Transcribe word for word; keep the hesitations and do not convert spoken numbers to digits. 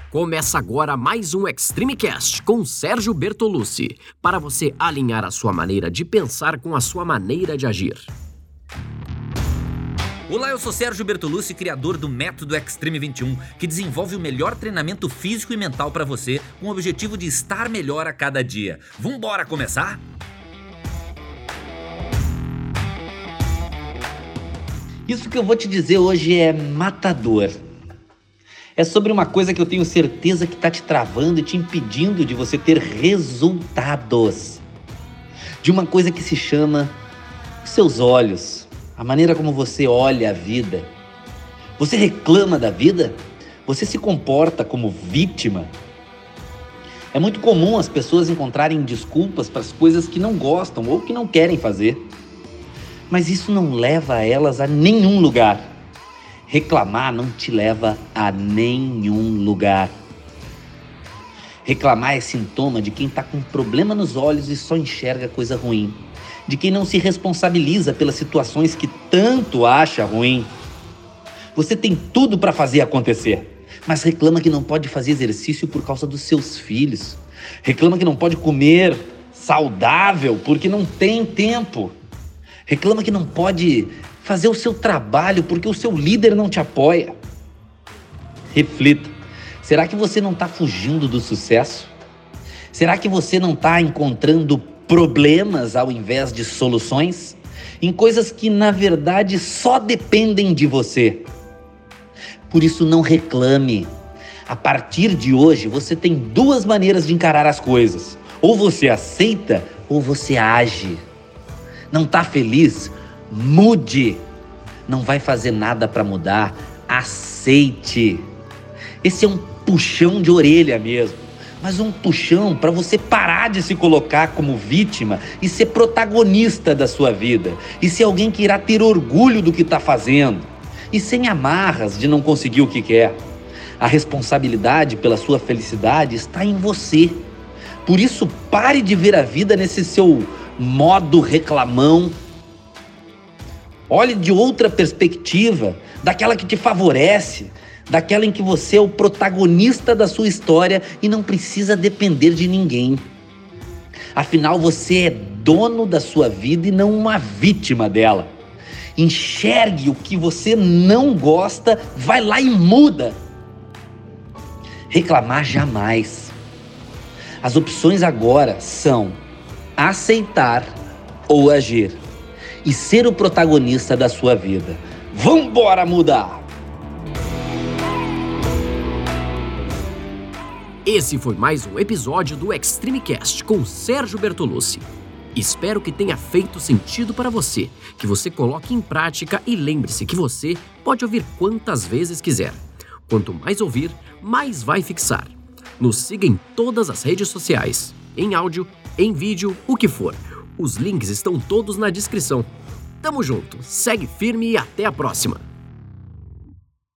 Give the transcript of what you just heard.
Começa agora mais um ExtremeCast com Sérgio Bertolucci, para você alinhar a sua maneira de pensar com a sua maneira de agir. Olá, eu sou Sérgio Bertolucci, criador do Método Extreme vinte e um, que desenvolve o melhor treinamento físico e mental para você, com o objetivo de estar melhor a cada dia. Vambora começar? Isso que eu vou te dizer hoje é matador. É sobre uma coisa que eu tenho certeza que está te travando e te impedindo de você ter resultados. De uma coisa que se chama seus olhos, a maneira como você olha a vida. Você reclama da vida? Você se comporta como vítima? É muito comum as pessoas encontrarem desculpas para as coisas que não gostam ou que não querem fazer. Mas isso não leva elas a nenhum lugar. Reclamar não te leva a nenhum lugar. Reclamar é sintoma de quem está com problema nos olhos e só enxerga coisa ruim. De quem não se responsabiliza pelas situações que tanto acha ruim. Você tem tudo para fazer acontecer, mas reclama que não pode fazer exercício por causa dos seus filhos. Reclama que não pode comer saudável porque não tem tempo. Reclama que não pode fazer o seu trabalho porque o seu líder não te apoia. Reflita. Será que você não está fugindo do sucesso? Será que você não está encontrando problemas ao invés de soluções? Em coisas que, na verdade, só dependem de você. Por isso, não reclame. A partir de hoje, você tem duas maneiras de encarar as coisas. Ou você aceita, ou você age. Não está feliz? Mude. Não vai fazer nada para mudar? Aceite. Esse é um puxão de orelha mesmo, mas um puxão para você parar de se colocar como vítima e ser protagonista da sua vida, e ser alguém que irá ter orgulho do que está fazendo, e sem amarras de não conseguir o que quer. A responsabilidade pela sua felicidade está em você. Por isso, pare de ver a vida nesse seu modo reclamão. Olhe de outra perspectiva, daquela que te favorece, daquela em que você é o protagonista da sua história e não precisa depender de ninguém. Afinal, você é dono da sua vida e não uma vítima dela. Enxergue o que você não gosta, vai lá e muda. Reclamar jamais. As opções agora são aceitar ou agir e ser o protagonista da sua vida. Vambora mudar! Esse foi mais um episódio do ExtremeCast com Sérgio Bertolucci. Espero que tenha feito sentido para você, que você coloque em prática e lembre-se que você pode ouvir quantas vezes quiser. Quanto mais ouvir, mais vai fixar. Nos siga em todas as redes sociais, em áudio, em vídeo, o que for. Os links estão todos na descrição. Tamo junto, segue firme e até a próxima!